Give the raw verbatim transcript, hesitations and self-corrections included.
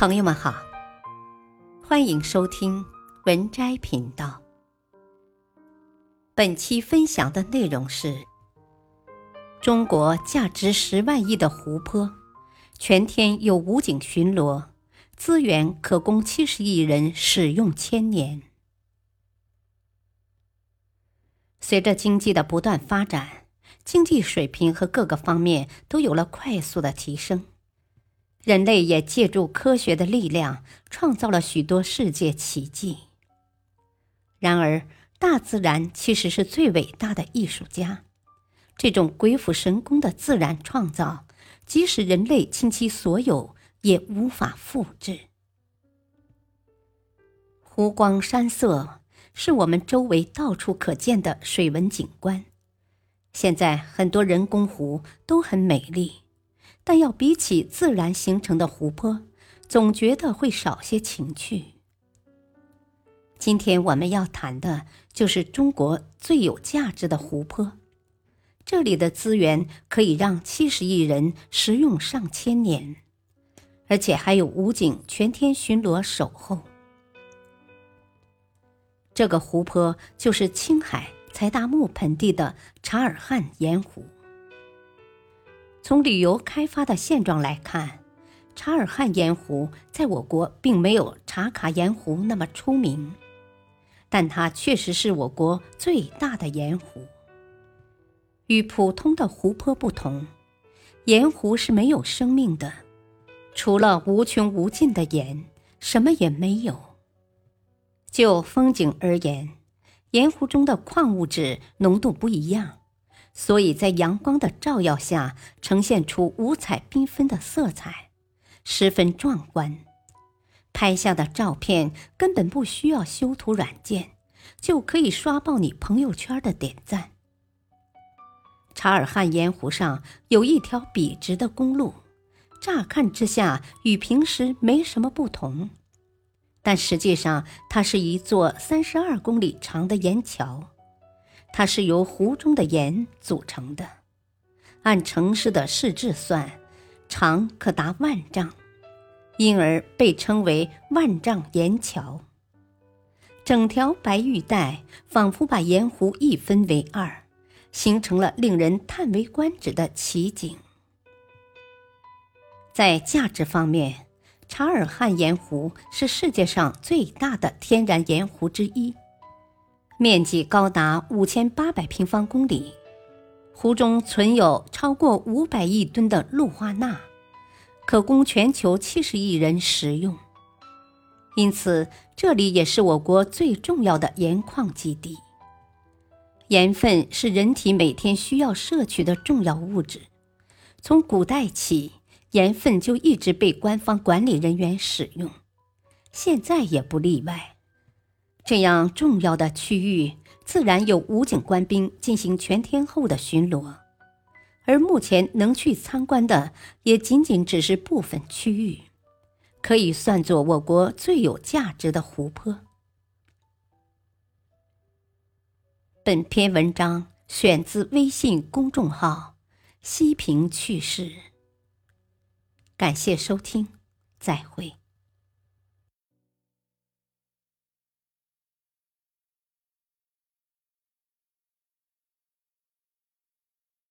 朋友们好，欢迎收听文摘频道。本期分享的内容是：中国价值十万亿的湖泊，全天有武警巡逻，资源可供七十亿人使用千年。随着经济的不断发展，经济水平和各个方面都有了快速的提升。人类也借助科学的力量，创造了许多世界奇迹。然而，大自然其实是最伟大的艺术家。这种鬼斧神工的自然创造，即使人类倾其所有，也无法复制。湖光山色是我们周围到处可见的水文景观。现在很多人工湖都很美丽，但要比起自然形成的湖泊，总觉得会少些情趣。今天我们要谈的就是中国最有价值的湖泊，这里的资源可以让七十亿人食用上千年，而且还有武警全天巡逻守候。这个湖泊就是青海柴达木盆地的察尔汗盐湖。从旅游开发的现状来看，察尔汗盐湖在我国并没有察卡盐湖那么出名，但它确实是我国最大的盐湖。与普通的湖泊不同，盐湖是没有生命的，除了无穷无尽的盐，什么也没有。就风景而言，盐湖中的矿物质浓度不一样，所以在阳光的照耀下呈现出五彩缤纷的色彩，十分壮观。拍下的照片根本不需要修图软件，就可以刷爆你朋友圈的点赞。察尔汗盐湖上有一条笔直的公路，乍看之下与平时没什么不同，但实际上它是一座三十二公里长的盐桥。它是由湖中的盐组成的，按城市的市制算，长可达万丈，因而被称为万丈盐桥。整条白玉带仿佛把盐湖一分为二，形成了令人叹为观止的奇景。在价值方面，察尔汗盐湖是世界上最大的天然盐湖之一，面积高达五千八百平方公里，湖中存有超过五百亿吨的氯化钠，可供全球七十亿人食用。因此，这里也是我国最重要的盐矿基地。盐分是人体每天需要摄取的重要物质，从古代起，盐分就一直被官方管理人员使用，现在也不例外。这样重要的区域，自然有武警官兵进行全天候的巡逻，而目前能去参观的也仅仅只是部分区域，可以算作我国最有价值的湖泊。本篇文章选自微信公众号西平趣事。感谢收听，再会。